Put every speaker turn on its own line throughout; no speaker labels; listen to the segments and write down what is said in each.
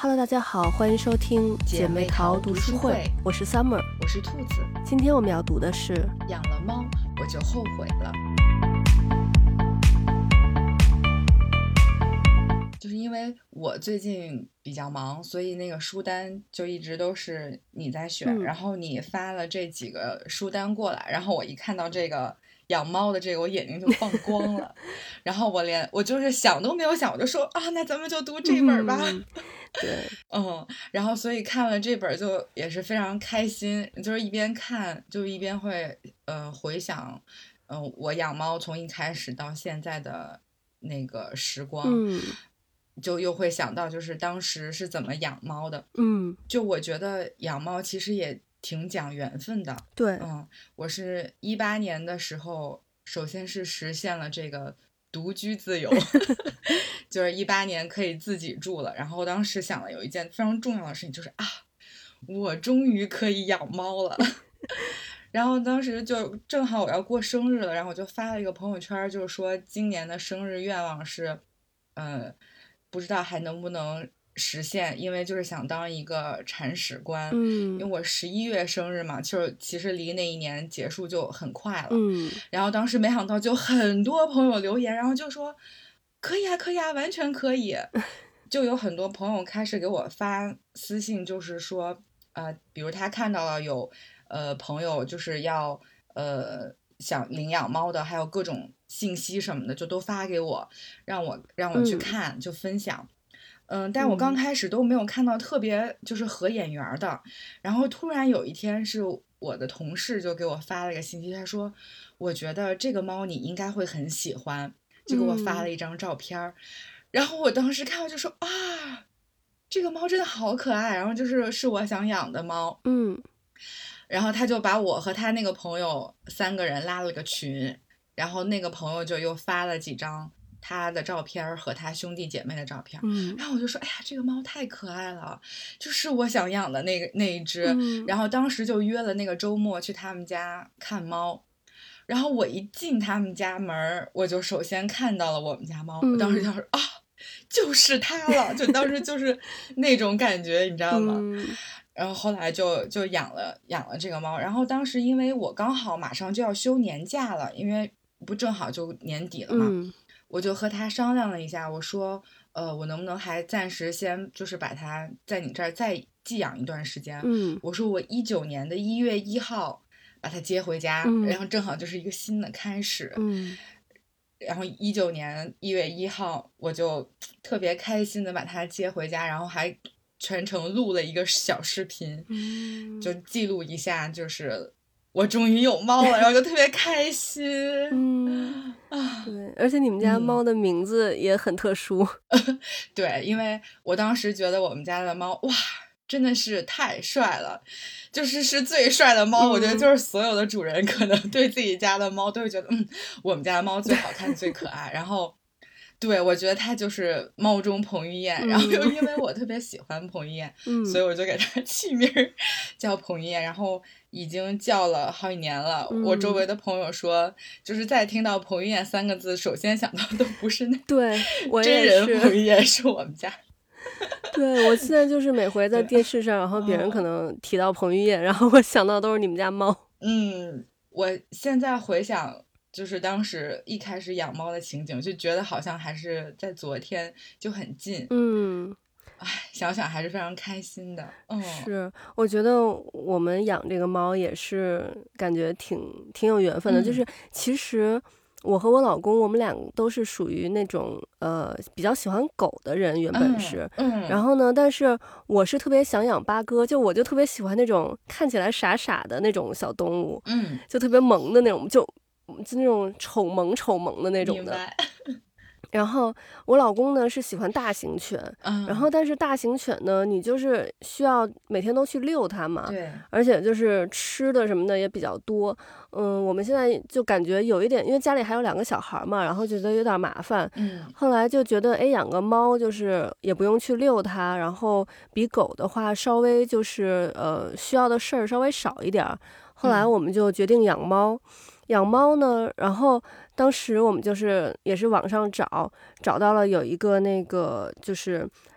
Hello， 大家好，欢迎收听姐妹淘读书会，我是 Summer，
我是兔子。
今天我们要读的是
养了猫我就后悔了。就是因为我最近比较忙，所以那个书单就一直都是你在选，然后你发了这几个书单过来，然后我一看到这个养猫的这个，我眼睛就放光了。然后我就是想都没有想，我就说啊，那咱们就读这本吧。
对，
然后所以看了这本就也是非常开心，就是一边看就一边会回想我养猫从一开始到现在的那个时光，就又会想到就是当时是怎么养猫的。就我觉得养猫其实也挺讲缘分的。
对，
我是18年的时候首先是实现了这个独居自由。就是18年可以自己住了，然后当时想了有一件非常重要的事情，就是啊，我终于可以养猫了。然后当时就正好我要过生日了，然后我就发了一个朋友圈，就是说今年的生日愿望是不知道还能不能实现，因为就是想当一个铲屎官。因为我11月生日嘛，就是其实离那一年结束就很快了。然后当时没想到就很多朋友留言，然后就说可以啊可以啊，完全可以。就有很多朋友开始给我发私信，就是说比如他看到了有朋友就是要想领养猫的，还有各种信息什么的，就都发给我，让我去看，就分享。但我刚开始都没有看到特别就是合眼缘的，然后突然有一天是我的同事就给我发了一个信息，他说我觉得这个猫你应该会很喜欢，就给我发了一张照片。然后我当时看到就说啊，这个猫真的好可爱，然后是我想养的猫。然后他就把我和他那个朋友3个人拉了个群，然后那个朋友就又发了几张他的照片和他兄弟姐妹的照片。然后我就说哎呀，这个猫太可爱了，就是我想养的那一只。然后当时就约了那个周末去他们家看猫。然后我一进他们家门，我就首先看到了我们家猫。我当时就说啊，就是它了，就当时就是那种感觉，你知道吗？然后后来就养了这个猫。然后当时因为我刚好马上就要休年假了，因为不正好就年底了嘛。我就和他商量了一下，我说我能不能还暂时先就是把它在你这儿再寄养一段时间。我说我19年的1月1号把它接回家，然后正好就是一个新的开始。然后19年1月1号我就特别开心的把它接回家，然后还全程录了一个小视频，就记录一下就是我终于有猫了，然后就特别开心。
对，而且你们家猫的名字也很特殊。
对，因为我当时觉得我们家的猫哇真的是太帅了，是最帅的猫。我觉得就是所有的主人可能对自己家的猫都会觉得我们家的猫最好看最可爱。然后对，我觉得它就是猫中彭于晏。然后又因为我特别喜欢彭于晏，所以我就给它起名叫彭于晏，然后已经叫了好几年了。我周围的朋友说就是再听到彭于晏3个字首先想到都不是那
对，我
真人彭于晏，是我们家。
对，我现在就是每回在电视上，然后别人可能提到彭于晏，然后我想到都是你们家猫。
我现在回想就是当时一开始养猫的情景，就觉得好像还是在昨天，就很近。想想还是非常开心的。
是，我觉得我们养这个猫也是感觉挺有缘分的。就是其实我和我老公，我们俩都是属于那种比较喜欢狗的人，原本是。然后呢，但是我是特别想养八哥，我就特别喜欢那种看起来傻傻的那种小动物，就特别萌的那种，就那种丑萌的那种的。然后我老公呢是喜欢大型犬，然后但是大型犬呢，你就是需要每天都去遛它嘛，
对，
而且就是吃的什么的也比较多。我们现在就感觉有一点，因为家里还有2个小孩嘛，然后觉得有点麻烦。后来就觉得，养个猫就是也不用去遛它，然后比狗的话稍微就是需要的事儿稍微少一点。后来我们就决定养猫。养猫呢，然后当时我们就是也是网上找到了有一个那个就是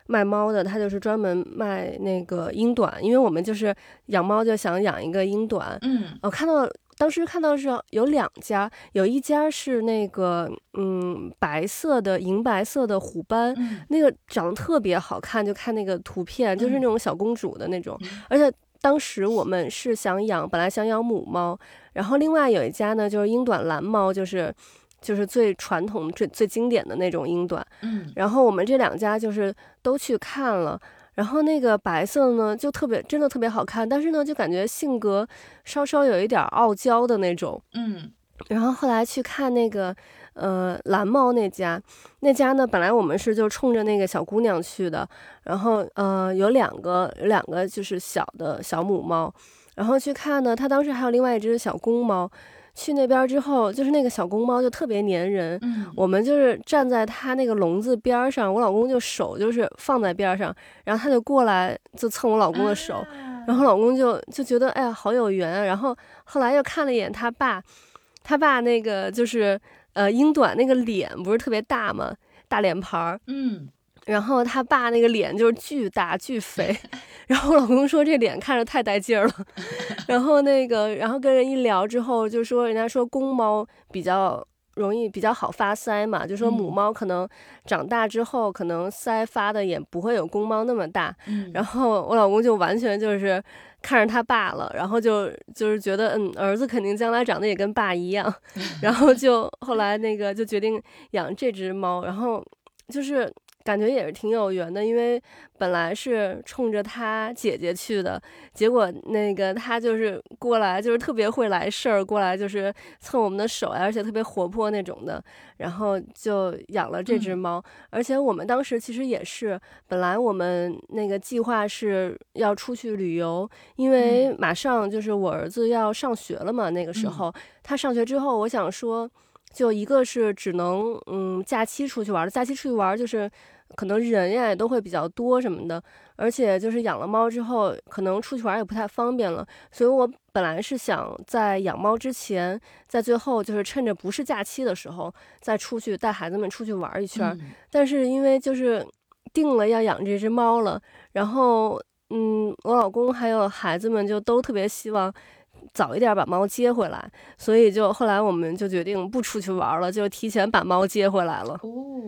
卖猫的，他就是专门卖那个英短，因为我们就是养猫就想养一个英短。我当时看到是有2家，有一家是那个白色的银白色的虎斑，那个长得特别好看，就看那个图片就是那种小公主的那种，而且当时我们是本来想养母猫，然后另外有一家呢就是英短蓝猫，就是最传统最经典的那种英短。然后我们这2家就是都去看了，然后那个白色呢就真的特别好看，但是呢就感觉性格稍稍有一点傲娇的那种。然后后来去看那个蓝猫那家呢，本来我们是就冲着那个小姑娘去的，然后有两个就是小的小母猫，然后去看呢，它当时还有另外一只小公猫。去那边之后，就是那个小公猫就特别粘人，我们就是站在它那个笼子边上，我老公就手就是放在边上，然后他就过来就蹭我老公的手，然后老公就觉得哎呀好有缘啊。然后后来又看了一眼他爸那个就是英短那个脸不是特别大吗？大脸盘儿，然后他爸那个脸就是巨大巨肥，然后我老公说这脸看着太带劲儿了，然后跟人一聊之后就说人家说公猫比较好发腮嘛，就说母猫可能长大之后可能腮发的也不会有公猫那么大，然后我老公就完全就是看着他爸了，然后就是觉得儿子肯定将来长得也跟爸一样，然后就后来就决定养这只猫，然后就是感觉也是挺有缘的，因为本来是冲着他姐姐去的，结果他就是过来，就是特别会来事儿，过来就是蹭我们的手，而且特别活泼那种的，然后就养了这只猫。而且我们当时其实也是，本来我们那个计划是要出去旅游，因为马上就是我儿子要上学了嘛，那个时候他上学之后，我想说。就一个是只能假期出去玩，就是可能人呀也都会比较多什么的，而且就是养了猫之后，可能出去玩也不太方便了，所以我本来是想在养猫之前，在最后就是趁着不是假期的时候，再出去带孩子们出去玩一圈。但是因为就是定了要养这只猫了，然后我老公还有孩子们就都特别希望。早一点把猫接回来，所以就后来我们就决定不出去玩了，就提前把猫接回来了。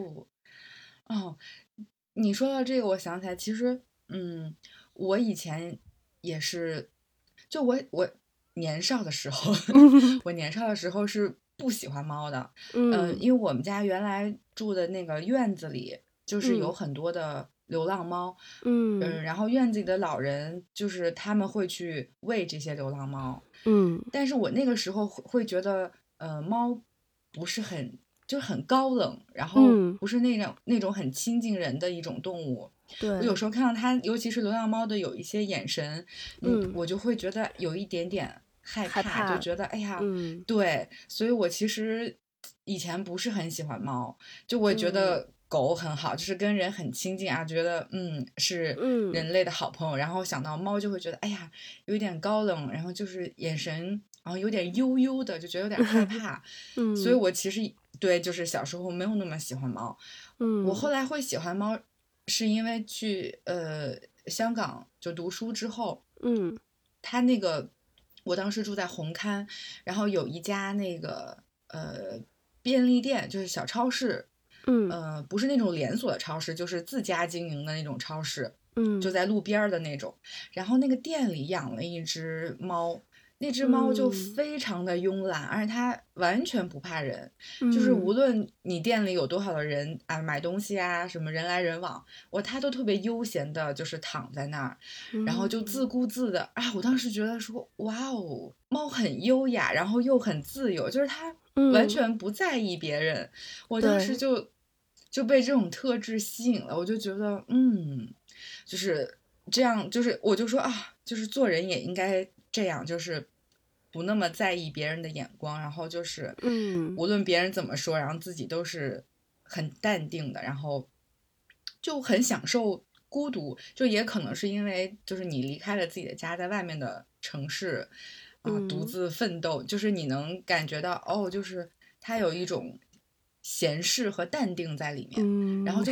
你说到这个，我想起来，其实我以前也是，就我年少的时候，我年少的时候是不喜欢猫的，因为我们家原来住的那个院子里，就是有很多的流浪猫，然后院子里的老人就是他们会去喂这些流浪猫，但是我那个时候会觉得，猫不是很高冷，然后不是那种很亲近人的一种动物。
对，
我有时候看到它，尤其是流浪猫的有一些眼神，我就会觉得有一点点害怕，就觉得哎呀，对，所以我其实以前不是很喜欢猫，就我觉得狗很好，就是跟人很亲近啊，觉得是人类的好朋友，然后想到猫就会觉得哎呀有一点高冷，然后就是眼神然后有点悠悠的，就觉得有点害怕，所以我其实对就是小时候没有那么喜欢猫，我后来会喜欢猫是因为去香港就读书之后，他那个我当时住在红磡，然后有一家那个便利店，就是小超市，不是那种连锁的超市，就是自家经营的那种超市，就在路边的那种，然后那个店里养了一只猫。那只猫就非常的慵懒，而且它完全不怕人，就是无论你店里有多少的人啊，买东西啊，什么人来人往，它都特别悠闲的，就是躺在那儿，然后就自顾自的啊。我当时觉得说，哇哦，猫很优雅，然后又很自由，就是它完全不在意别人。我当时就被这种特质吸引了，我就觉得就是这样，就是我就说啊，就是做人也应该这样，就是不那么在意别人的眼光，然后就是无论别人怎么说，然后自己都是很淡定的，然后就很享受孤独，就也可能是因为就是你离开了自己的家，在外面的城市独自奋斗，就是你能感觉到就是它有一种闲适和淡定在里面，然后就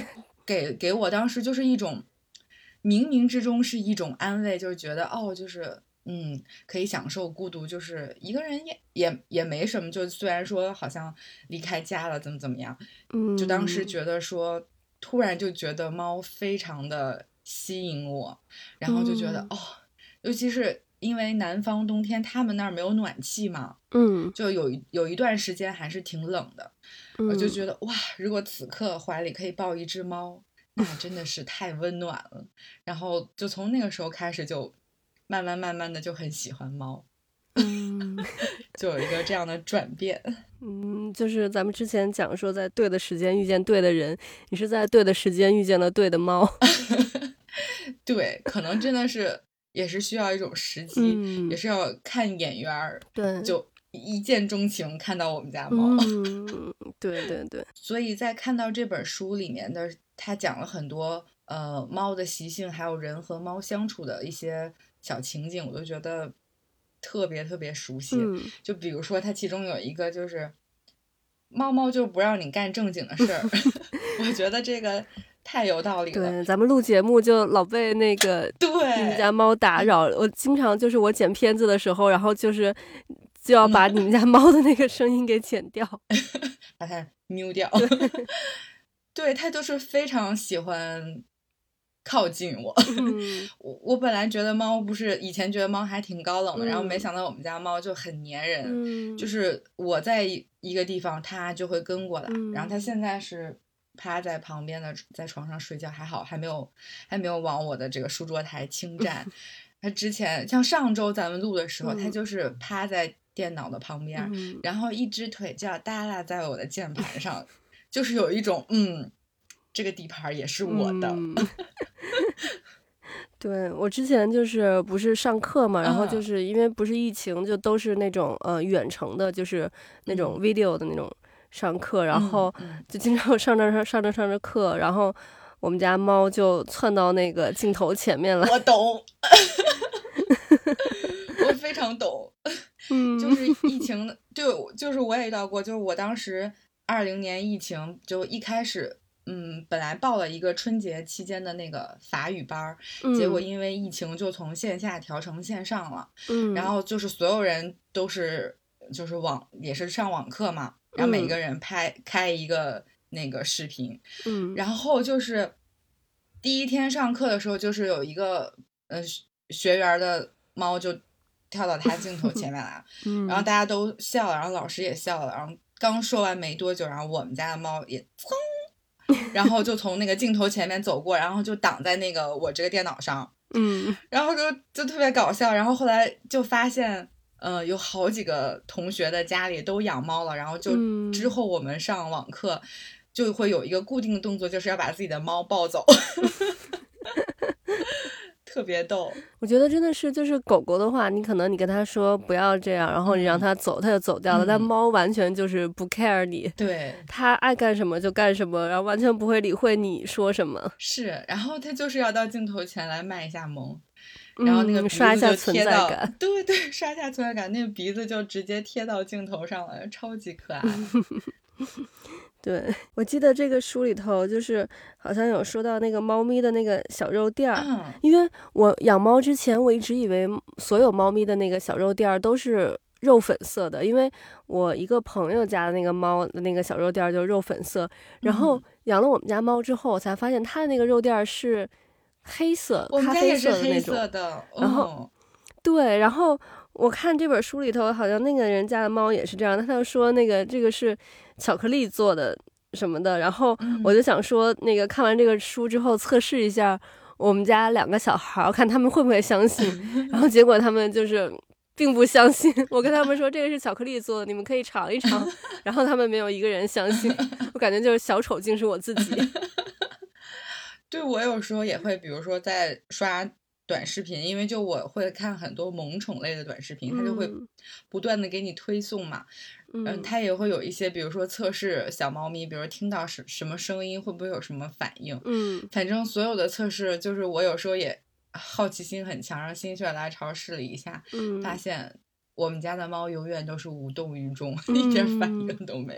给我当时就是一种冥冥之中是一种安慰，就是觉得就是可以享受孤独，就是一个人也没什么，就虽然说好像离开家了怎么样，就当时觉得说突然就觉得猫非常的吸引我，然后就觉得尤其是因为南方冬天他们那儿没有暖气嘛，就有一段时间还是挺冷的，我就觉得哇，如果此刻怀里可以抱一只猫，那真的是太温暖了。然后就从那个时候开始，就慢慢的就很喜欢猫，就有一个这样的转变。
就是咱们之前讲说，在对的时间遇见对的人，你是在对的时间遇见了对的猫。
对，可能真的是也是需要一种时机，也是要看眼缘儿，
对，
就一见钟情看到我们家猫。
对对对。
所以在看到这本书里面的，他讲了很多猫的习性，还有人和猫相处的一些小情景，我就觉得特别特别熟悉。就比如说它其中有一个就是猫就不让你干正经的事儿。我觉得这个太有道理了。
对，咱们录节目就老被那个你们家猫打扰，我经常就是我剪片子的时候，然后就要把你们家猫的那个声音给剪掉，
把它mute掉。对，它都是非常喜欢靠近我。我本来觉得猫不是，以前觉得猫还挺高冷的，然后没想到我们家猫就很粘人，就是我在一个地方它就会跟过来，然后它现在是趴在旁边的，在床上睡觉，还好还没有往我的这个书桌台侵占。它之前像上周咱们录的时候，它就是趴在电脑的旁边，然后一只腿就要耷拉在我的键盘上，就是有一种这个地盘也是我的。
对，我之前就是不是上课嘛，然后就是因为不是疫情，就都是那种远程的，就是那种 video 的那种上课，然后就经常上着课，然后我们家猫就窜到那个镜头前面了。
我懂。我非常懂。就是疫情，就是我也遇到过，就是我当时20年疫情就一开始本来报了一个春节期间的那个法语班，结果因为疫情就从线下调成线上了，然后就是所有人都是就是也是上网课嘛，然后每个人开一个那个视频，然后就是第一天上课的时候，就是有一个学员的猫就跳到他镜头前面来，然后大家都笑了，然后老师也笑了，然后刚说完没多久，然后我们家的猫也噌，然后就从那个镜头前面走过，然后就挡在那个我这个电脑上，然后就特别搞笑。然后后来就发现有好几个同学的家里都养猫了，然后就之后我们上网课就会有一个固定的动作，就是要把自己的猫抱走。特别逗。
我觉得真的是，就是狗狗的话，你可能你跟它说不要这样，然后你让它走，它就走掉了。但猫完全就是不 care 你，
对，
它爱干什么就干什么，然后完全不会理会你说什么。
是，然后它就是要到镜头前来卖一下萌，然后那个鼻子
刷一下
就贴到，
存在感。
对对，刷一下存在感，那个鼻子就直接贴到镜头上了，超级可爱。
对，我记得这个书里头就是好像有说到那个猫咪的那个小肉垫儿，因为我养猫之前我一直以为所有猫咪的那个小肉垫儿都是肉粉色的，因为我一个朋友家的那个猫的那个小肉垫儿就是肉粉色，然后养了我们家猫之后，我才发现它的那个肉垫儿是黑色，咖啡色的那种。然后对，然后我看这本书里头，好像那个人家的猫也是这样，他就说这个是巧克力做的什么的，然后我就想说，那个看完这个书之后测试一下我们家2个小孩，看他们会不会相信，然后结果他们就是并不相信。我跟他们说这个是巧克力做的，你们可以尝一尝，然后他们没有一个人相信。我感觉就是小丑竟是我自己。
对，我有时候也会，比如说在刷短视频，因为就我会看很多萌宠类的短视频，它就会不断的给你推送嘛，它也会有一些，比如说测试小猫咪，比如听到什么声音会不会有什么反应，反正所有的测试就是我有时候也好奇心很强，然后心血来潮试了一下，发现我们家的猫永远都是无动于衷，一点反应都没有。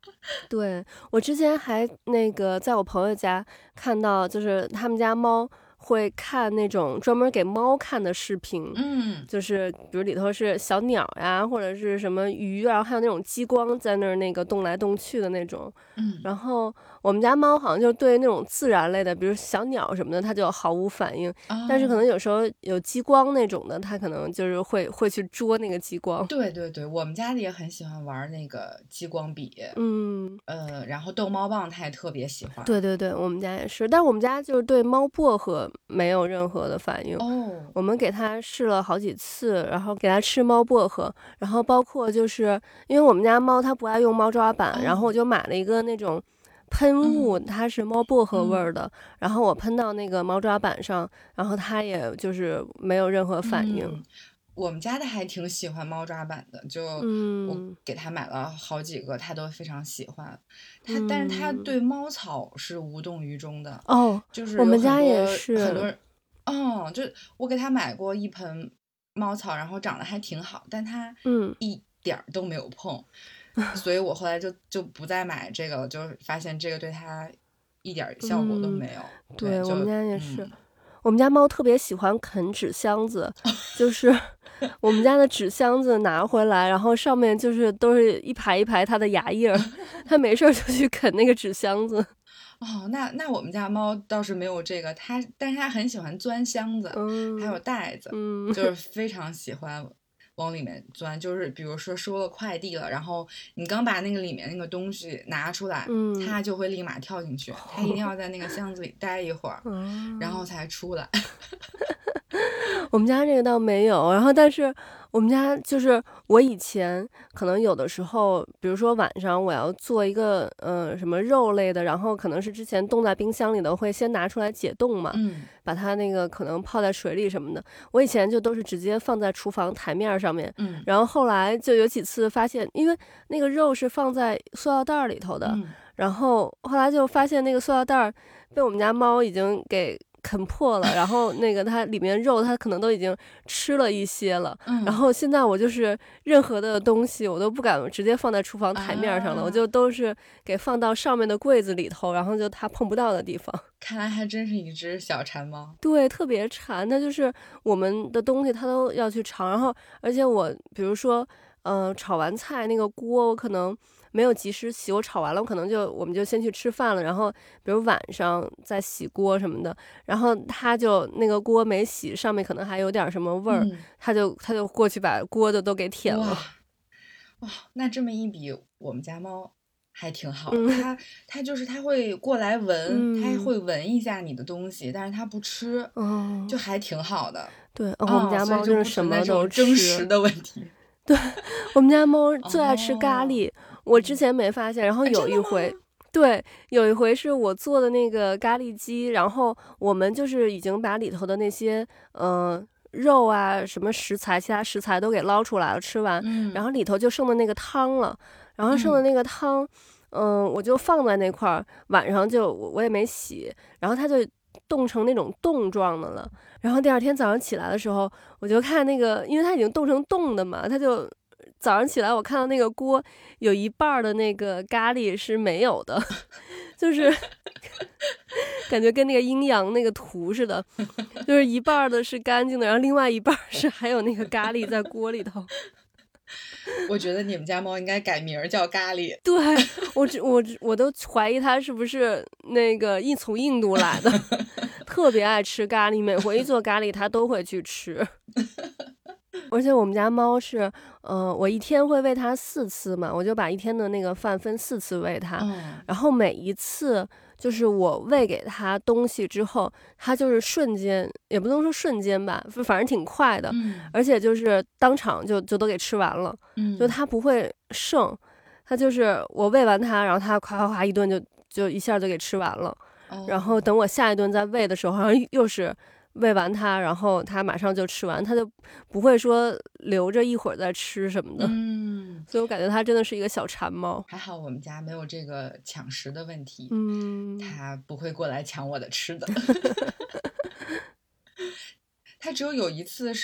对，我之前还那个在我朋友家看到，就是他们家猫会看那种专门给猫看的视频，
嗯
就是比如里头是小鸟呀，或者是什么鱼啊，还有那种激光在那儿那个动来动去的那种。
嗯
然后我们家猫好像就对那种自然类的，比如小鸟什么的，它就毫无反应。但是可能
哦，
有时候有激光那种的，它可能就是会去捉那个激光。
对对对，我们家里也很喜欢玩那个激光笔，
嗯，
然后逗猫棒它也特别喜欢。
对对对，我们家也是，但我们家就是对猫薄荷没有任何的反应。
哦，
我们给它试了好几次，然后给它吃猫薄荷，然后包括就是因为我们家猫它不爱用猫抓板，然后我
哦，
就买了一个那种喷雾，
嗯
它是猫薄荷味
嗯
儿的，然后我喷到那个猫抓板上，然后它也就是没有任何反应。
嗯，我们家的还挺喜欢猫抓板的，就我
嗯
给它买了好几个，它都非常喜欢。但是它
嗯，
对猫草是无动于衷的，
哦，
就是有
我们家也
很多很多
是，
人，就我给它买过一盆猫草，然后长得还挺好，但它
嗯。
一点儿都没有碰，所以我后来就不再买这个了，就发现这个对它一点儿效果都
嗯，
没有。对，
对，我们
就
家也是。
嗯。
我们家猫特别喜欢啃纸箱子，就是我们家的纸箱子拿回来，然后上面就是都是一排一排它的牙印儿，它没事儿就去啃那个纸箱子。
哦，那我们家猫倒是没有这个，但是它很喜欢钻箱子，还有
嗯
袋子，
嗯
就是非常喜欢往里面钻。就是比如说收了快递了，然后你刚把那个里面那个东西拿出来，
嗯，
它就会立马跳进去，它一定要在那个箱子里待一会儿，然后
啊。
才出来。
我们家这个倒没有，然后但是我们家就是我以前可能有的时候，比如说晚上我要做一个什么肉类的，然后可能是之前冻在冰箱里的，会先拿出来解冻嘛，
嗯
把它那个可能泡在水里什么的。我以前就都是直接放在厨房台面上面，
嗯
然后后来就有几次发现，因为那个肉是放在塑料袋里头的，
嗯，
然后后来就发现那个塑料袋儿被我们家猫已经给啃破了，然后那个它里面肉它可能都已经吃了一些了，然
嗯
后现在我就是任何的东西我都不敢直接放在厨房台面上了，我
啊，
就都是给放到上面的柜子里头，然后就它碰不到的地方。
看来还真是一只小馋猫。
对，特别馋，它就是我们的东西它都要去尝，然后而且我比如说，炒完菜那个锅我可能没有及时洗，我炒完了我可能我们就先去吃饭了，然后比如晚上再洗锅什么的，然后它就那个锅没洗，上面可能还有点什么味儿，
嗯，
它就过去把锅的都给舔
哇。
了。
哇，那这么一比，我们家猫还挺好的。
嗯
它就是它会过来闻，它还
嗯，
会闻一下你的东西，但是它不吃，就
哦，
还挺好的。
对，哦，我们家
所以
猫真是
就不存在
什么都
这种争
吃。
食的问题。
我们家猫最爱吃咖
哦，
喱，我之前没发现，然后有
真的
一回，
吗？
对，有一回是我做的那个咖喱鸡，然后我们就是已经把里头的那些肉啊什么食材，其他食材都给捞出来了，吃完，然
嗯
后里头就剩的那个汤了，然后剩的
嗯，
那个汤，我就放在那块儿，晚上就我也没洗，然后它就冻成那种冻状的了。然后第二天早上起来的时候，我就看那个，因为它已经冻成冻的嘛，它就早上起来我看到那个锅有一半儿的那个咖喱是没有的，就是感觉跟那个阴阳那个图似的，就是一半儿的是干净的，然后另外一半儿是还有那个咖喱在锅里头。
我觉得你们家猫应该改名儿叫咖喱。
对，我都怀疑它是不是那个从印度来的，特别爱吃咖喱，每回一做咖喱它都会去吃。而且我们家猫是，我一天会喂它4次嘛，我就把一天的那个饭分4次喂它，
嗯
然后每一次就是我喂给它东西之后，它就是瞬间，也不能说瞬间吧，反正挺快的，
嗯
而且就是当场就都给吃完了，就
嗯，
它不会剩，它就是我喂完它，然后它夸夸夸一顿就一下就给吃完了，然后
哦。
等我下一顿再喂的时候，好像又是喂完它，然后它马上就吃完，它就不会说留着一会儿再吃什么的。
嗯，
所以我感觉它真的是一个小馋猫。
还好我们家没有这个抢食的问题，
嗯
它不会过来抢我的吃的。它只有一次是，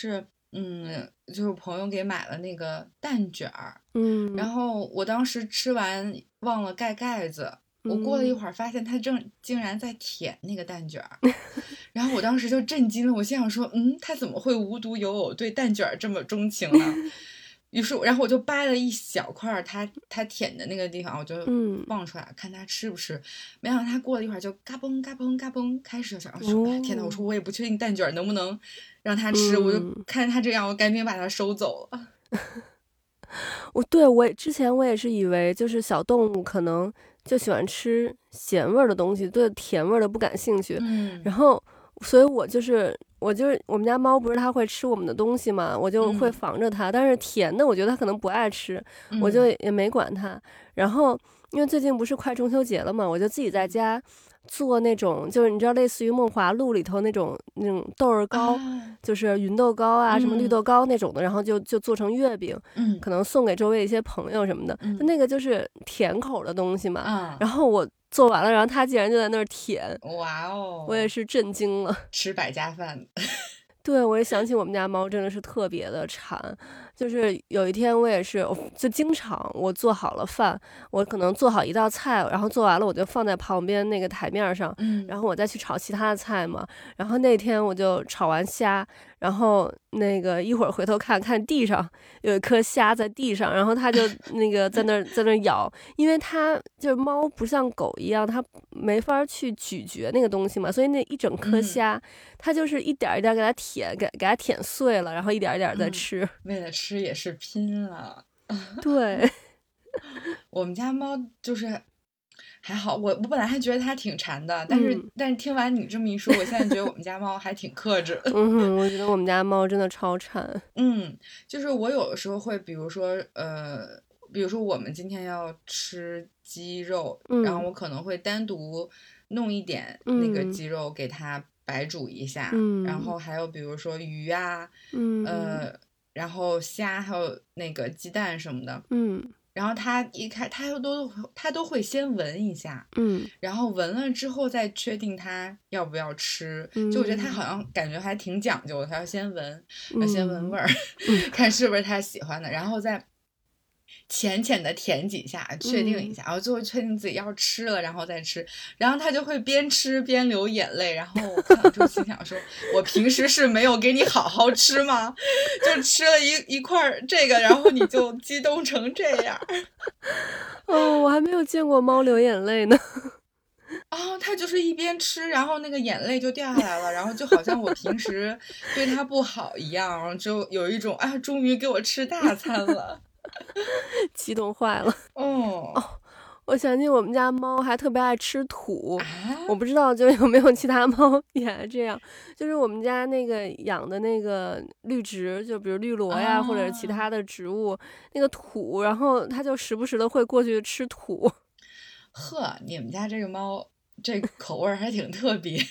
就是朋友给买了那个蛋卷儿，然
嗯
后我当时吃完忘了盖盖子，我过了一会儿发现他竟然在舔那个蛋卷儿，然后我当时就震惊了，我心想说，他怎么会无独有偶对蛋卷儿这么钟情呢？于是，然后我就掰了一小块儿他舔的那个地方，我就放出来看他吃不吃。没想到他过了一会儿就嘎嘣嘎嘣嘎嘣开始想说，天呐，我说我也不确定蛋卷能不能让他吃，我就看他这样，我赶紧把它收走了。
之前我也是以为就是小动物可能就喜欢吃咸味儿的东西，对甜味儿的不感兴趣。然后所以我就是我们家猫不是它会吃我们的东西嘛，我就会防着它。但是甜的我觉得它可能不爱吃，我就也没管它。然后因为最近不是快中秋节了嘛，我就自己在家做那种，就是你知道类似于梦华录里头那种豆儿糕，就是芸豆糕啊，什么绿豆糕那种的，然后就做成月饼，可能送给周围一些朋友什么的。那个就是甜口的东西嘛，然后我做完了，然后他竟然就在那儿舔，
哇哦！
我也是震惊了，
吃百家饭。
对，我也想起我们家猫真的是特别的馋，就是有一天我也是，就经常我做好了饭，我可能做好一道菜，然后做完了我就放在旁边那个台面上，然后我再去炒其他的菜嘛。然后那天我就炒完虾，然后那个一会儿回头看地上有一颗虾在地上，然后它就那个在那咬，因为它就是猫不像狗一样，它没法去咀嚼那个东西嘛，所以那一整颗虾，它就是一点一点给它舔，给它舔碎了，然后一点一点再吃。
为了吃也是拼了。
对，
我们家猫就是还好，我本来还觉得它挺馋的，但是听完你这么一说，我现在觉得我们家猫还挺克制。
我觉得我们家猫真的超馋。
就是我有的时候会，比如说我们今天要吃鸡肉，然后我可能会单独弄一点那个鸡肉给它白煮一下，然后还有比如说鱼啊，然后虾还有那个鸡蛋什么的，然后它都会先闻一下，然后闻了之后再确定它要不要吃，就我觉得它好像感觉还挺讲究的，它要先闻，要先闻味儿，看是不是它喜欢的，然后再浅浅的舔几下，确定一下，然后最后确定自己要吃了，然后再吃，然后他就会边吃边流眼泪，然后我看了之后心想说，我平时是没有给你好好吃吗？就吃了一块这个，然后你就激动成这样。
我还没有见过猫流眼泪呢。
它就是一边吃，然后那个眼泪就掉下来了，然后就好像我平时对它不好一样，就有一种终于给我吃大餐了。
激动坏了。我想起我们家猫还特别爱吃土，我不知道就有没有其他猫也爱这样。就是我们家那个养的那个绿植，就比如绿萝呀，或者其他的植物，那个土，然后它就时不时的会过去吃土。
呵，你们家这个猫这口味还挺特别。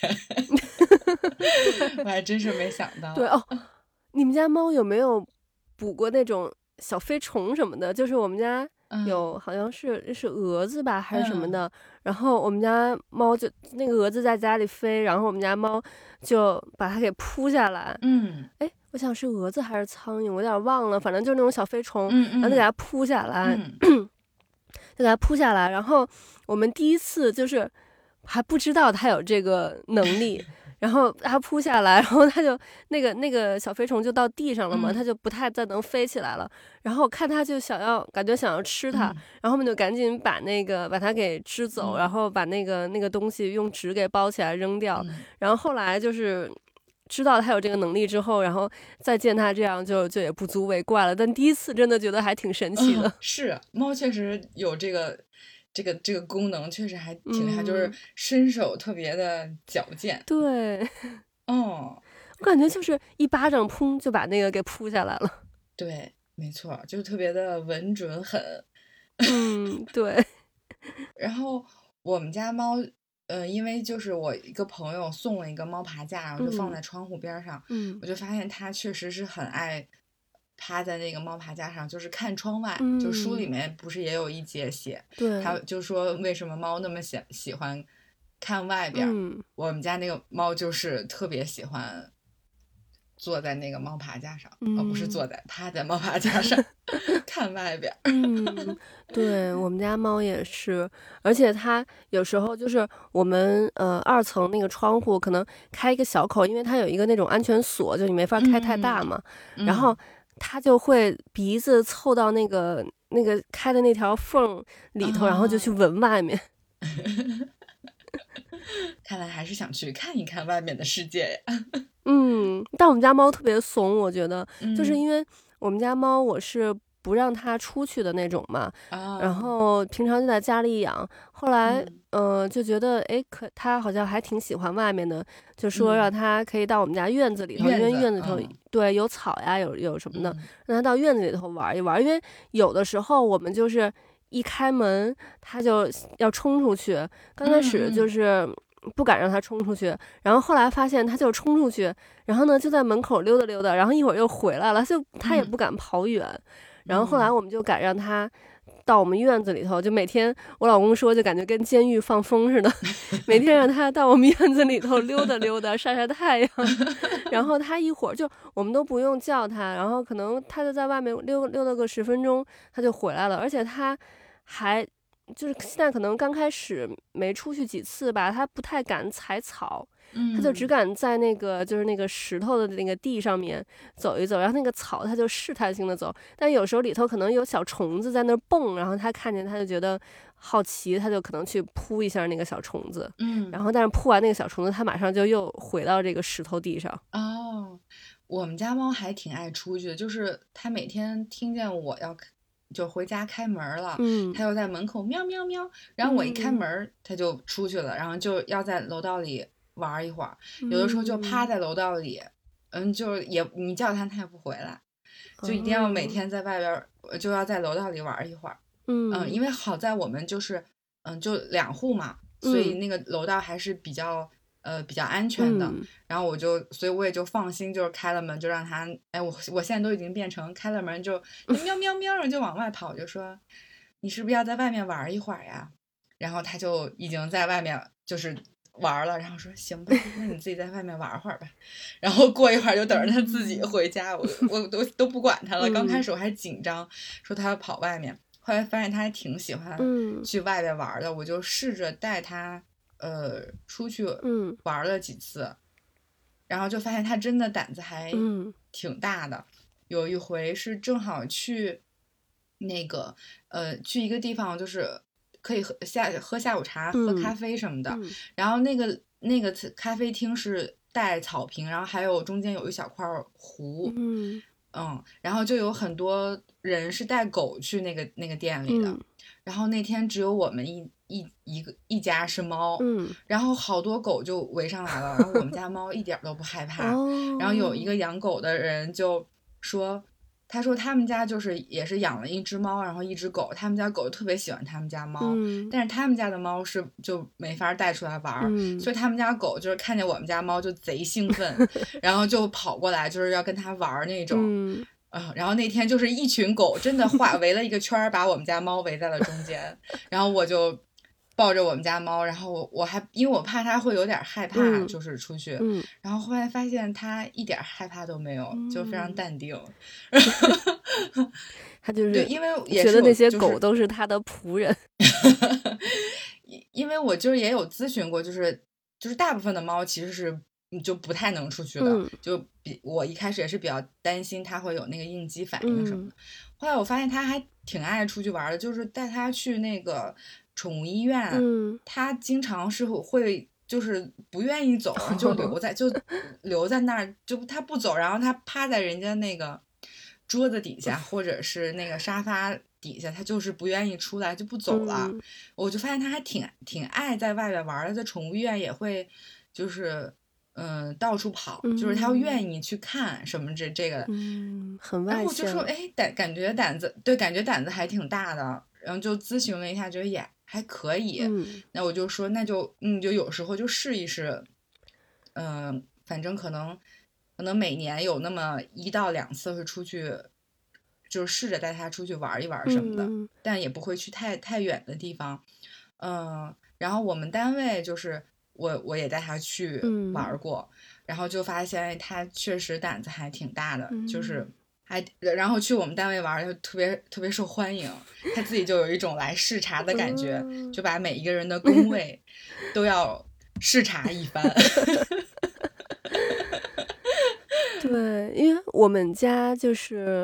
我还真是没想到。
对你们家猫有没有捕过那种小飞虫什么的？就是我们家有，好像是蛾子吧，还是什么的。然后我们家猫就那个蛾子在家里飞，然后我们家猫就把它给扑下来。我想是蛾子还是苍蝇，我有点忘了，反正就是那种小飞虫，然后就给它扑下来，就给它扑下来。然后我们第一次就是还不知道它有这个能力。然后它扑下来，然后它就那个小飞虫就到地上了嘛，它就不太再能飞起来了。然后看它就感觉想要吃它，然后我们就赶紧把它给支走，然后把那个东西用纸给包起来扔掉。然后后来就是知道它有这个能力之后，然后再见它这样就也不足为怪了。但第一次真的觉得还挺神奇的。
是，猫确实有这个功能，确实还挺厉害，就是身手特别的矫健。
对，我感觉就是一巴掌砰就把那个给扑下来了。
对，没错，就特别的稳准狠。
对。
然后我们家猫，因为就是我一个朋友送了一个猫爬架，然后就放在窗户边上，我就发现它确实是很爱趴在那个猫爬架上，就是看窗外。就书里面不是也有一节写，他就说为什么猫那么喜欢看外边。我们家那个猫就是特别喜欢坐在那个猫爬架上，不是趴在猫爬架上看外边。
对，我们家猫也是，而且它有时候就是我们2层那个窗户可能开一个小口，因为它有一个那种安全锁，就你没法开太大嘛，然后它就会鼻子凑到那个开的那条缝里头，然后就去闻外面。
看来还是想去看一看外面的世界呀。
但我们家猫特别怂，我觉得，就是因为我们家猫我是不让它出去的那种嘛，然后平常就在家里养。后来就觉得它好像还挺喜欢外面的，就说让它可以到我们家院子里头，因为院子里头对有草呀，有什么的，让它到院子里头玩一玩。因为有的时候我们就是一开门它就要冲出去，刚开始就是不敢让它冲出去，然后后来发现它就冲出去，然后呢就在门口溜达溜达，然后一会儿又回来了，它也不敢跑远。然后后来我们就敢让它到我们院子里头，就每天我老公说就感觉跟监狱放风似的，每天让它到我们院子里头溜达溜达，晒晒太阳。然后它一会儿就我们都不用叫它，然后可能它就在外面溜达个10分钟，它就回来了。而且它还就是现在可能刚开始没出去几次吧，它不太敢踩草，它就只敢在那个就是那个石头的那个地上面走一走，然后那个草它就试探性的走，但有时候里头可能有小虫子在那蹦，然后它看见它就觉得好奇，它就可能去扑一下那个小虫子，然后但是扑完那个小虫子，它马上就又回到这个石头地上。
我们家猫还挺爱出去的，就是它每天听见我就回家开门了，它又在门口喵喵喵，然后我一开门，它就出去了，然后就要在楼道里玩一会儿，有的时候就趴在楼道里，就你叫它也不回来，就一定要每天在外边就要在楼道里玩一会儿，因为好在我们就是就2户嘛，所以那个楼道还是比较安全的，然后所以我也就放心，就是开了门就让它，我现在都已经变成开了门就喵喵喵，然后就往外跑，就说你是不是要在外面玩一会儿呀？然后它就已经在外面就是玩了，然后说行吧，那你自己在外面玩会儿吧。然后过一会儿就等着它自己回家，我都不管它了。刚开始我还紧张，说它要跑外面，后来发现它还挺喜欢去外边玩的，我就试着带它出去玩了几次，然后就发现它真的胆子还挺大的。有一回是正好去那个去一个地方，就是可以喝下午茶、喝咖啡什么的，然后那个咖啡厅是带草坪，然后还有中间有一小块湖，然后就有很多人是带狗去那个店里的，然后那天只有我们一家是猫，然后好多狗就围上来了，然后我们家猫一点都不害怕，然后有一个养狗的人就说。他说他们家也是养了一只猫，然后一只狗，他们家狗特别喜欢他们家猫，但是他们家的猫就没法带出来玩，所以他们家狗就是看见我们家猫就贼兴奋，然后就跑过来就是要跟它玩那种，然后那天就是一群狗真的围了一个圈，把我们家猫围在了中间，然后我就抱着我们家猫，然后我还因为我怕它会有点害怕，就是出去，然后后来发现它一点害怕都没有，就非常淡定。
他就是
对，因为也
觉得那些狗都是他的仆人。
因为我就是也有咨询过，就是大部分的猫其实是就不太能出去的，就我一开始也是比较担心它会有那个应激反应什么的，后来我发现它还挺爱出去玩的，就是带它去那个宠物医院，它经常是会就是不愿意走，就留在那儿，就它不走，然后它趴在人家那个桌子底下或者是那个沙发底下，它就是不愿意出来，就不走了。我就发现它还挺爱在外边玩的，在宠物医院也会就是到处跑，就是它愿意去看什么这个的，
很外向。
然后我就说感觉胆子还挺大的，然后就咨询了一下，觉得也还可以，那我就说那就就有时候就试一试，反正可能每年有那么1到2次会出去，就是试着带他出去玩一玩什么的，但也不会去太远的地方，然后我们单位就是我也带他去玩过， 然后就发现它确实胆子还挺大的，就是然后去我们单位玩就特别受欢迎，他自己就有一种来视察的感觉，就把每一个人的工位都要视察一番。
对，因为我们家就是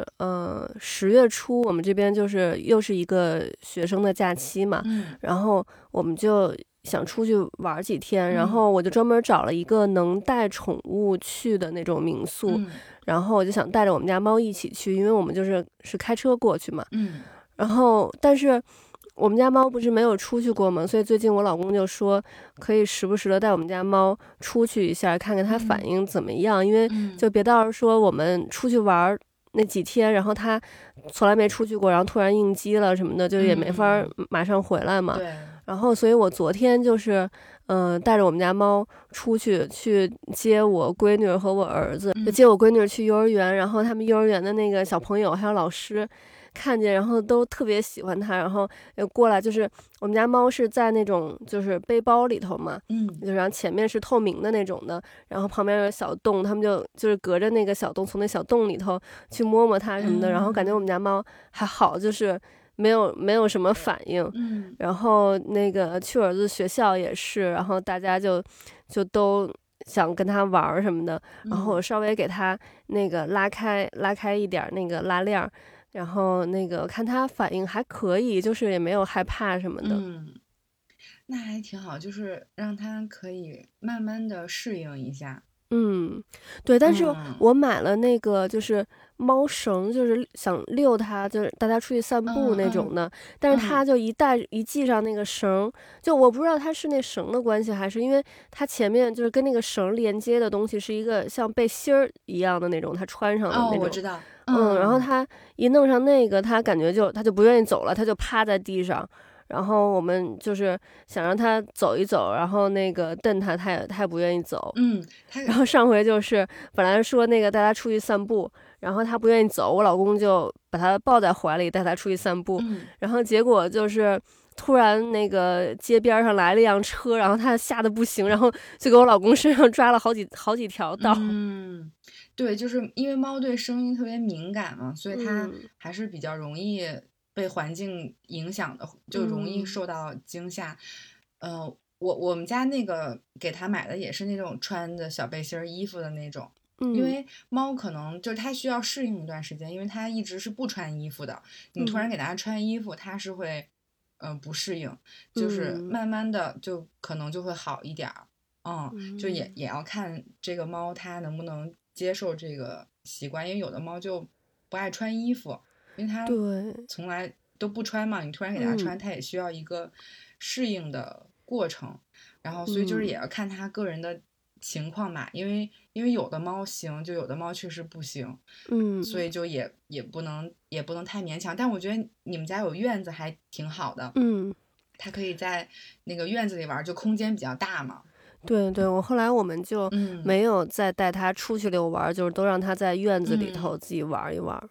10月初，我们这边就是又是一个学生的假期嘛，然后我们就想出去玩几天，然后我就专门找了一个能带宠物去的那种民宿，然后我就想带着我们家猫一起去，因为我们是开车过去嘛，然后但是我们家猫不是没有出去过嘛，所以最近我老公就说可以时不时的带我们家猫出去一下，看看它反应怎么样，因为就别到时候说我们出去玩那几天，然后它从来没出去过，然后突然应激了什么的，就也没法马上回来嘛。
对。
然后所以我昨天就是带着我们家猫出去接我闺女和我儿子，就接我闺女去幼儿园，然后他们幼儿园的那个小朋友还有老师看见，然后都特别喜欢它，然后过来，就是我们家猫是在那种就是背包里头嘛，就然后前面是透明的那种的，然后旁边有小洞，他们就是隔着那个小洞，从那小洞里头去摸摸它什么的，然后感觉我们家猫还好，就是没有什么反应，然后那个去儿子学校也是，然后大家就都想跟他玩什么的，然后我稍微给他那个拉开一点那个拉链，然后那个看他反应还可以，就是也没有害怕什么的。
那还挺好，就是让他可以慢慢的适应一下。
对，但是我买了那个就是猫绳，就是想遛它，就是带它出去散步那种的，但是它就一系上那个绳，就我不知道它是那绳的关系，还是因为它前面就是跟那个绳连接的东西是一个像背心儿一样的那种，它穿上的那种。
我知道。
然后它一弄上那个，它感觉它就不愿意走了，它就趴在地上。然后我们就是想让他走一走，然后那个蹬他，他也不愿意走。然后上回就是本来说那个带他出去散步，然后他不愿意走，我老公就把他抱在怀里带他出去散步。然后结果就是突然那个街边上来了一辆车，然后他吓得不行，然后就给我老公身上抓了好几条道。
对，就是因为猫对声音特别敏感嘛，所以它还是比较容易被环境影响的，就容易受到惊吓。我们家那个给他买的也是那种穿的小背心衣服的那种，因为猫可能就是它需要适应一段时间，因为它一直是不穿衣服的，你突然给它穿衣服，它是会不适应，就是慢慢的就可能就会好一点儿。就也要看这个猫它能不能接受这个习惯，因为有的猫就不爱穿衣服，因为它从来都不穿嘛，你突然给它穿，它也需要一个适应的过程，然后所以就是也要看它个人的情况嘛，因为有的猫行，就有的猫确实不行，所以就也不能太勉强，但我觉得你们家有院子还挺好的，它可以在那个院子里玩，就空间比较大嘛。
对，后来我们就没有再带他出去遛弯，就是都让他在院子里头自己玩一玩。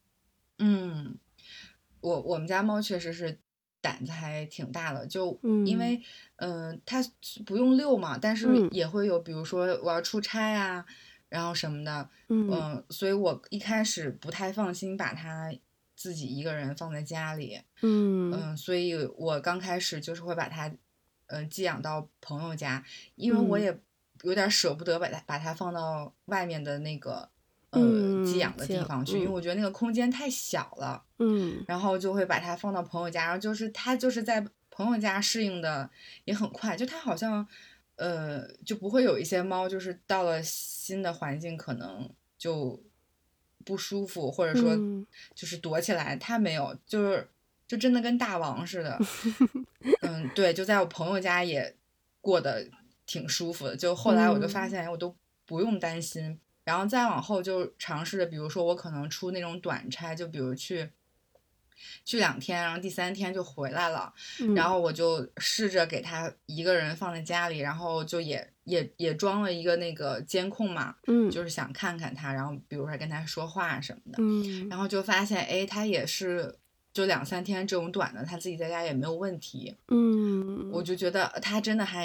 我们家猫确实是胆子还挺大的，就因为它不用遛嘛，但是也会有，比如说我要出差啊，然后什么的，所以我一开始不太放心把它自己一个人放在家里，所以我刚开始就是会把它寄养到朋友家，因为我也有点舍不得把它放到外面的那个寄养的地方去，因为我觉得那个空间太小了，然后就会把它放到朋友家，然后就是它就是在朋友家适应的也很快，就它好像就不会有一些猫就是到了新的环境可能就不舒服，或者说就是躲起来，它没有，就真的跟大王似的。对，就在我朋友家也过得挺舒服的，就后来我就发现我都不用担心，然后再往后就尝试着，比如说我可能出那种短差，就比如去2天，然后第3天就回来了，然后我就试着给他一个人放在家里，然后就也装了一个那个监控嘛，就是想看看他，然后比如说跟他说话什么的，然后就发现哎，他也是就2、3天这种短的，他自己在家也没有问题，我就觉得他真的还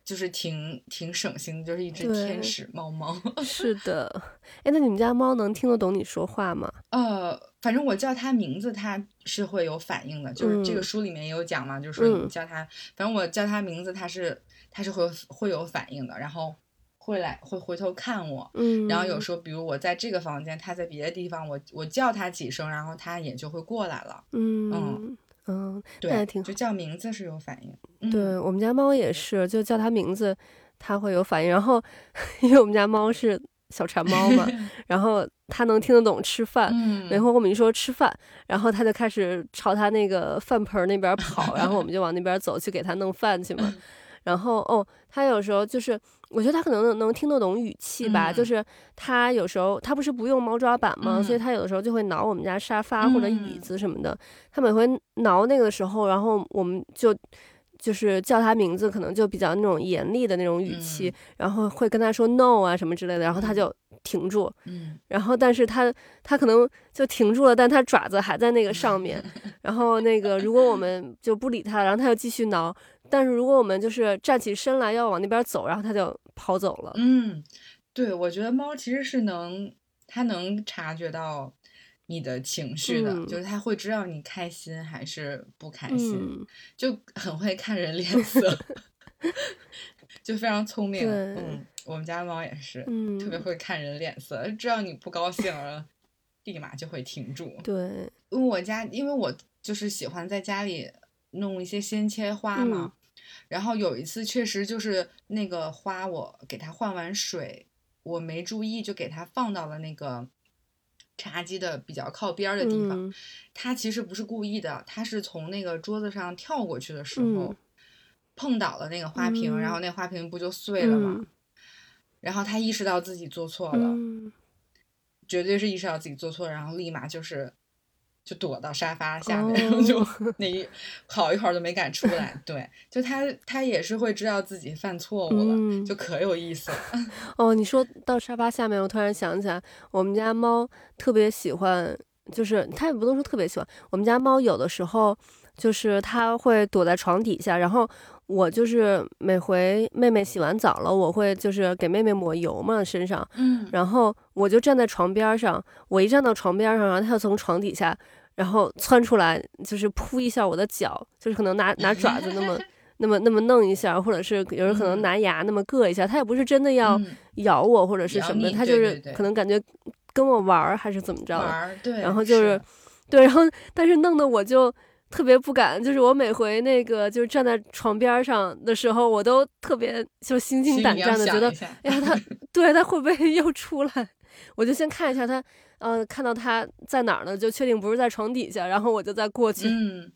就是挺省心的，就是一只
对
天使猫猫。
是的。哎，那你们家猫能听得懂你说话吗？
反正我叫它名字，它是会有反应的，就是这个书里面也有讲嘛，就是说你叫它，反正我叫它名字，它是会有反应的，然后会回头看我，然后有时候比如我在这个房间，它在别的地方，我叫它几声，然后它也就会过来了。对，
那挺好。
就叫名字是有反应。
对，我们家猫也是，就叫它名字，它会有反应。然后，因为我们家猫是小馋猫嘛，然后它能听得懂吃饭。然后我们一说吃饭，然后它就开始朝它那个饭盆那边跑，然后我们就往那边走去给它弄饭去嘛。然后它有时候就是，我觉得它可能能听得懂语气吧，就是它有时候它不是不用猫抓板吗？所以它有的时候就会挠我们家沙发或者椅子什么的。它每回挠那个的时候，然后我们就是叫它名字，可能就比较那种严厉的那种语气，然后会跟它说 no 啊什么之类的，然后它就停住。然后但是它可能就停住了，但它爪子还在那个上面。然后那个如果我们就不理它，然后它就继续挠。但是如果我们就是站起身来要往那边走，然后它就跑走了。
对，我觉得猫其实是它能察觉到你的情绪的，就是它会知道你开心还是不开心，就很会看人脸色，就非常聪明。我们家猫也是，特别会看人脸色，知道你不高兴了，立马就会停住。
对，
因为我就是喜欢在家里弄一些鲜切花嘛。然后有一次确实就是那个花，我给它换完水，我没注意就给它放到了那个茶几的比较靠边的地方。它其实不是故意的，它是从那个桌子上跳过去的时候，碰倒了那个花瓶，然后那花瓶不就碎了吗？然后它意识到自己做错了，绝对是意识到自己做错了，然后立马就躲到沙发下面，然后就好一会儿都没敢出来。对，就他也是会知道自己犯错误了，就可有意思了。
你说到沙发下面，我突然想起来，我们家猫特别喜欢，就是它也不能说特别喜欢，我们家猫有的时候就是它会躲在床底下，然后我就是每回妹妹洗完澡了，我会就是给妹妹抹油嘛身上，然后我就站在床边上，我一站到床边上，然后它就从床底下然后窜出来，就是扑一下我的脚，就是可能拿爪子那么弄一下，或者是有人可能拿牙那么硌一下，它也不是真的要咬我或者是什么的，它就是可能感觉跟我玩还是怎么着的，
对，
然后就是对，然后但是弄得我就特别不敢，就是我每回那个就是站在床边上的时候，我都特别就心惊胆战的，觉得哎呀它会不会又出来？我就先看一下它，看到它在哪儿呢，就确定不是在床底下，然后我就再过去。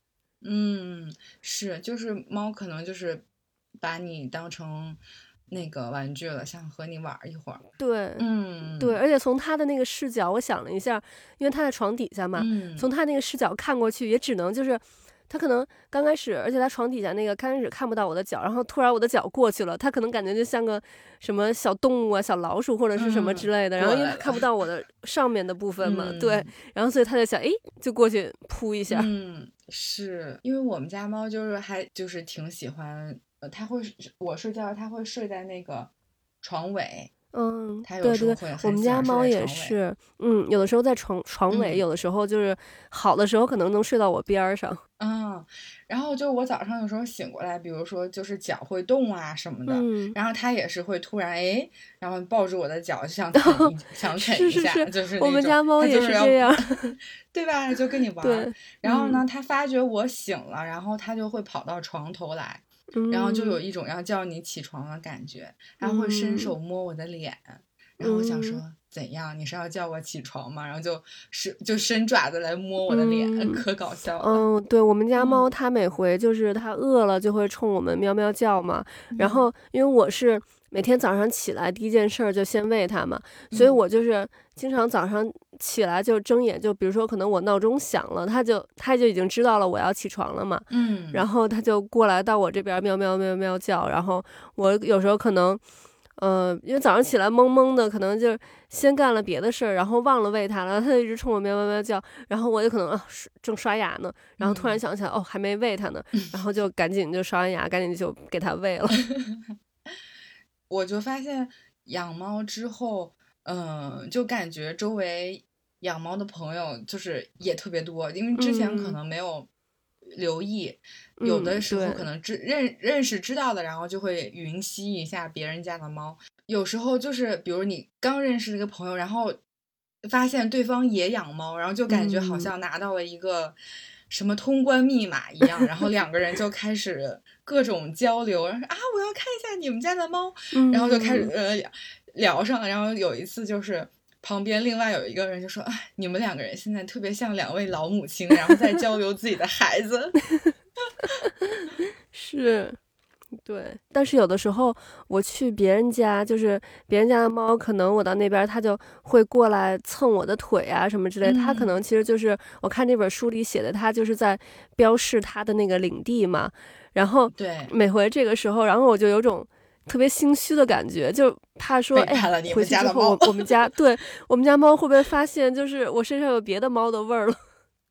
是，就是猫可能就是把你当成那个玩具了，想和你玩一会儿。
对，对，而且从它的那个视角，我想了一下，因为它在床底下嘛，从它那个视角看过去，也只能就是它可能刚开始，而且它床底下那个刚开始看不到我的脚，然后突然我的脚过去了，它可能感觉就像个什么小动物啊、小老鼠或者是什么之类的，然后因为它看不到我的上面的部分嘛，对，然后所以它就想，哎，就过去扑一下。
是因为我们家猫就是挺喜欢，我睡觉它会睡在那个床尾。它有时候会很喜欢睡在床尾。
我们家猫也是，有的时候在床尾，有的时候就是好的时候可能能睡到我边上。
然后就我早上有时候醒过来，比如说就是脚会动啊什么的，然后它也是会突然然后抱住我的脚，想啃一下，就是那种
我们家猫也是这样，
对吧？就跟你玩。然后呢，它发觉我醒了，然后它就会跑到床头来。然后就有一种要叫你起床的感觉，它会伸手摸我的脸，然后我想说怎样？你是要叫我起床吗？然后就伸爪子来摸我的脸，可搞笑了。
对，我们家猫它每回就是它饿了就会冲我们喵喵叫嘛，然后因为我是每天早上起来第一件事就先喂它嘛，所以我就是经常早上起来就睁眼，就比如说可能我闹钟响了，它就已经知道了我要起床了嘛，然后它就过来到我这边喵喵喵喵叫，然后我有时候可能因为早上起来懵懵的，可能就先干了别的事儿，然后忘了喂它了，它就一直冲我喵喵喵叫，然后我就可能正刷牙呢，然后突然想起来还没喂它呢，然后就赶紧就刷完牙，赶紧就给它喂了。
我就发现养猫之后，就感觉周围养猫的朋友就是也特别多，因为之前可能没有留意，有的时候可能认识知道的，然后就会云吸一下别人家的猫。有时候就是比如你刚认识了一个朋友，然后发现对方也养猫，然后就感觉好像拿到了一个什么通关密码一样，然后两个人就开始各种交流，然后说啊，我要看一下你们家的猫，然后就开始聊上了。然后有一次就是旁边另外有一个人就说，哎，你们两个人现在特别像两位老母亲，然后在交流自己的孩子。
是。对，但是有的时候我去别人家，就是别人家的猫，可能我到那边它就会过来蹭我的腿啊什么之类。它可能其实就是我看这本书里写的，它就是在标示它的那个领地嘛。然后
对，
每回这个时候，然后我就有种特别心虚的感觉，就怕说，哎，回去之后我们家对我们家猫会不会发现，就是我身上有别的猫的味儿了？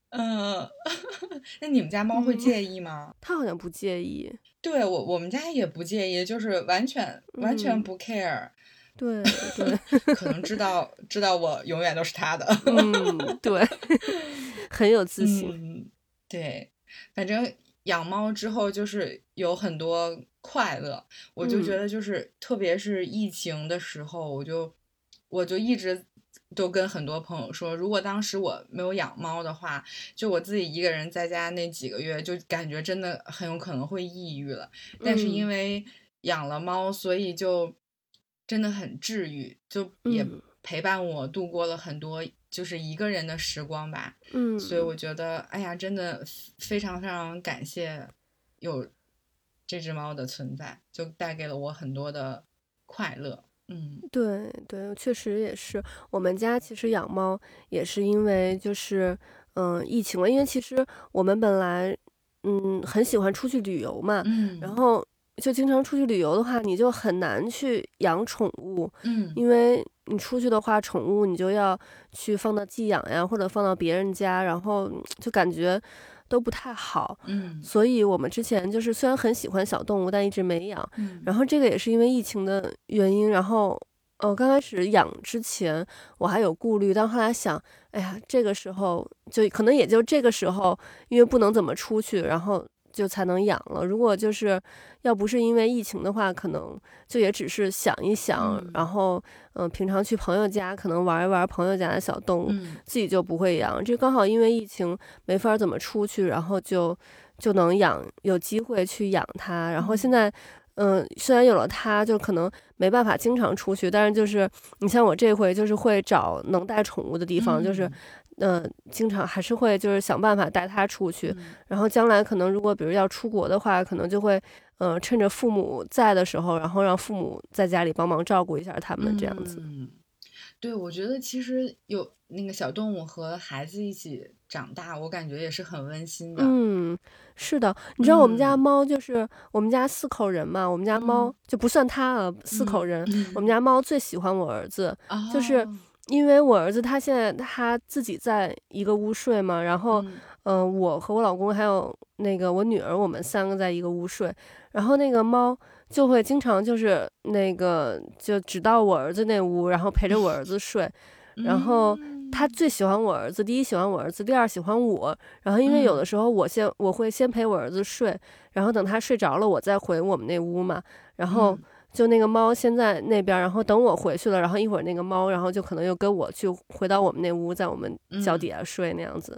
那你们家猫会介意吗？
它好像不介意。
对，我们家也不介意，就是完全不 care。
对对，
可能知道我永远都是他的。
对，很有自信。
对，反正养猫之后就是有很多快乐，我就觉得就是特别是疫情的时候，我就一直都跟很多朋友说，如果当时我没有养猫的话，就我自己一个人在家那几个月，就感觉真的很有可能会抑郁了。但是因为养了猫，所以就真的很治愈，就也陪伴我度过了很多就是一个人的时光吧。所以我觉得，哎呀，真的非常非常感谢有这只猫的存在，就带给了我很多的快乐。
对对，确实也是。我们家其实养猫也是因为就是疫情了，因为其实我们本来很喜欢出去旅游嘛，然后就经常出去旅游的话，你就很难去养宠物，因为你出去的话，宠物你就要去放到寄养呀，或者放到别人家，然后就感觉都不太好。所以我们之前就是虽然很喜欢小动物，但一直没养。然后这个也是因为疫情的原因，然后刚开始养之前我还有顾虑，但后来想，哎呀，这个时候就可能也就这个时候，因为不能怎么出去，然后就才能养了。如果就是要不是因为疫情的话，可能就也只是想一想，然后平常去朋友家可能玩一玩朋友家的小动物，自己就不会养。这刚好因为疫情没法怎么出去，然后就能养，有机会去养它。然后现在虽然有了它，就可能没办法经常出去，但是就是你像我这回就是会找能带宠物的地方，就是经常还是会就是想办法带它出去。然后将来可能如果比如要出国的话，可能就会趁着父母在的时候，然后让父母在家里帮忙照顾一下他们这样子。
对，我觉得其实有那个小动物和孩子一起长大，我感觉也是很温馨的。
是的，你知道我们家猫就是我们家4口人嘛，我们家猫就不算它了，4口人，我们家猫最喜欢我儿子，就是因为我儿子他现在他自己在一个屋睡嘛，然后我和我老公还有那个我女儿，我们3个在一个屋睡，然后那个猫就会经常就是那个就只到我儿子那屋，然后陪着我儿子睡，然后他最喜欢我儿子，第一喜欢我儿子，第二喜欢我。然后因为有的时候我会先陪我儿子睡，然后等他睡着了，我再回我们那屋嘛。然后就那个猫先在那边，然后等我回去了，然后一会儿那个猫，然后就可能又跟我去回到我们那屋，在我们脚底下睡那样子。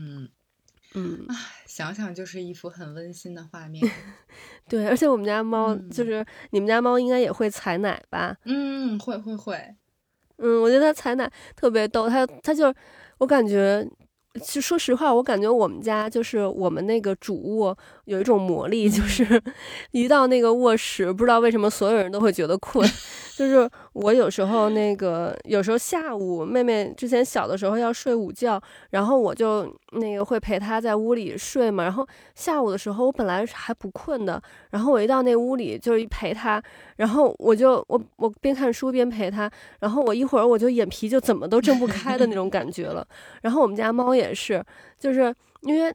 想想就是一幅很温馨的画面。
对，而且我们家猫就是你们家猫应该也会采奶吧？
会。
我觉得它采奶特别逗，它就我感觉，其实说实话，我感觉我们家就是我们那个主卧有一种魔力，就是一到那个卧室，不知道为什么所有人都会觉得困。就是我有时候下午妹妹之前小的时候要睡午觉，然后我就那个会陪她在屋里睡嘛，然后下午的时候我本来还不困的，然后我一到那屋里就是一陪她，然后我边看书边陪她，然后我一会儿我就眼皮就怎么都睁不开的那种感觉了。然后我们家猫也是，就是因为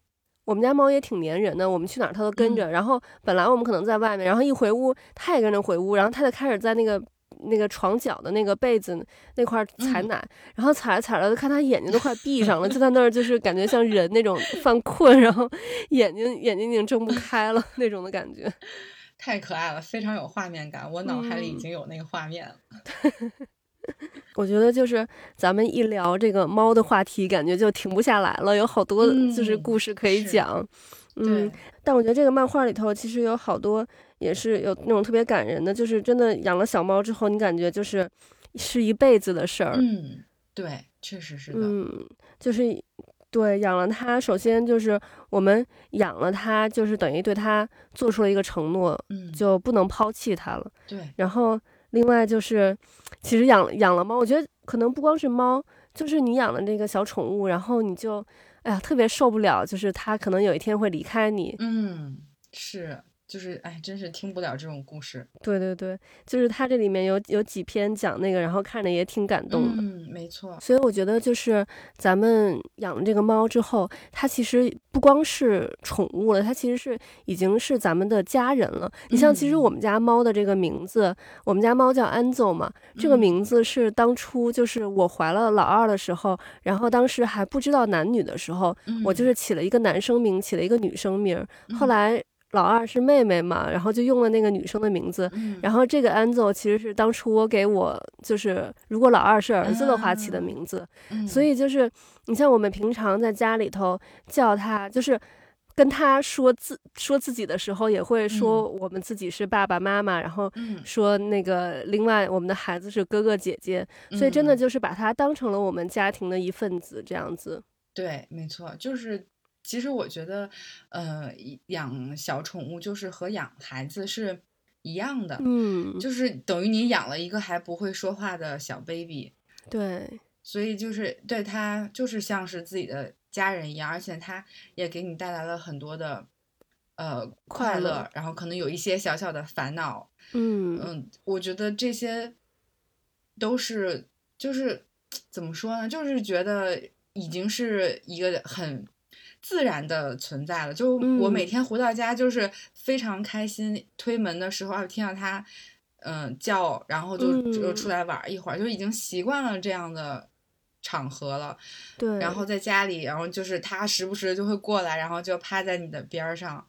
我们家猫也挺粘人的，我们去哪儿它都跟着。然后本来我们可能在外面，然后一回屋它也跟着回屋，然后它就开始在那个床角的那个被子那块采奶，然后采着采着就看它眼睛都快闭上了，就在那儿就是感觉像人那种犯困，然后眼睛已经睁不开了那种的感觉。
太可爱了，非常有画面感，我脑海里已经有那个画面了。
我觉得就是咱们一聊这个猫的话题，感觉就停不下来了，有好多就是故事可以讲。但我觉得这个漫画里头其实有好多也是有那种特别感人的，就是真的养了小猫之后，你感觉就是一辈子的事儿。
对，确实是的。
就是对，养了它，首先就是我们养了它，就是等于对它做出了一个承诺，就不能抛弃它了。
对，
然后另外就是，其实养了猫，我觉得可能不光是猫，就是你养了这个小宠物，然后你就，哎呀，特别受不了，就是它可能有一天会离开你。
是。就是真是听不了这种故事。
对对对，就是它这里面有几篇讲那个，然后看着也挺感动的。
没错。
所以我觉得就是咱们养了这个猫之后，它其实不光是宠物了，它其实已经是咱们的家人了。你像其实我们家猫的这个名字，我们家猫叫安奏嘛，这个名字是当初就是我怀了老二的时候，然后当时还不知道男女的时候，我就是起了一个男生名，起了一个女生名，后来老二是妹妹嘛，然后就用了那个女生的名字。然后这个安奏其实是当初我给我就是如果老二是儿子的话起的名字。所以就是你像我们平常在家里头叫他，就是跟他说自己的时候，也会说我们自己是爸爸妈妈，然后说那个另外我们的孩子是哥哥姐姐。所以真的就是把他当成了我们家庭的一份子这样子。
对，没错，就是其实我觉得，养小宠物就是和养孩子是一样的，就是等于你养了一个还不会说话的小 baby，
对，
所以就是对他就是像是自己的家人一样，而且他也给你带来了很多的快乐，然后可能有一些小小的烦恼，我觉得这些都是就是怎么说呢，就是觉得已经是一个很自然的存在了。就我每天回到家就是非常开心，推门的时候听到它叫，然后就出来玩一会儿，就已经习惯了这样的场合了。
对，
然后在家里，然后就是它时不时就会过来，然后就趴在你的边上。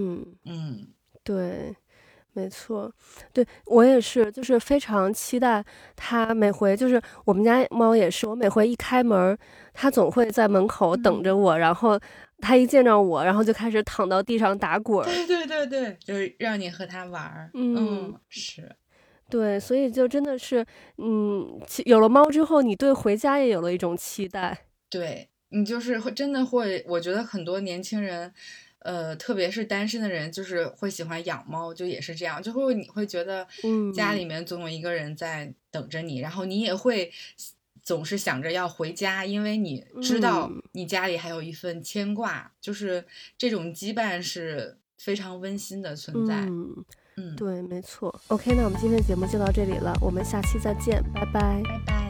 对，没错。对，我也是，就是非常期待它每回，就是我们家猫也是，我每回一开门，它总会在门口等着我，然后它一见着我，然后就开始躺到地上打滚。
对，就是让你和它玩。是。
对，所以就真的是，有了猫之后，你对回家也有了一种期待。
对，你就是真的会，我觉得很多年轻人，特别是单身的人，就是会喜欢养猫，就也是这样，就会你会觉得，家里面总有一个人在等着你，然后你也会总是想着要回家，因为你知道你家里还有一份牵挂，就是这种羁绊是非常温馨的存在。
对，没错。OK，那我们今天的节目就到这里了，我们下期再见，拜拜。
拜拜。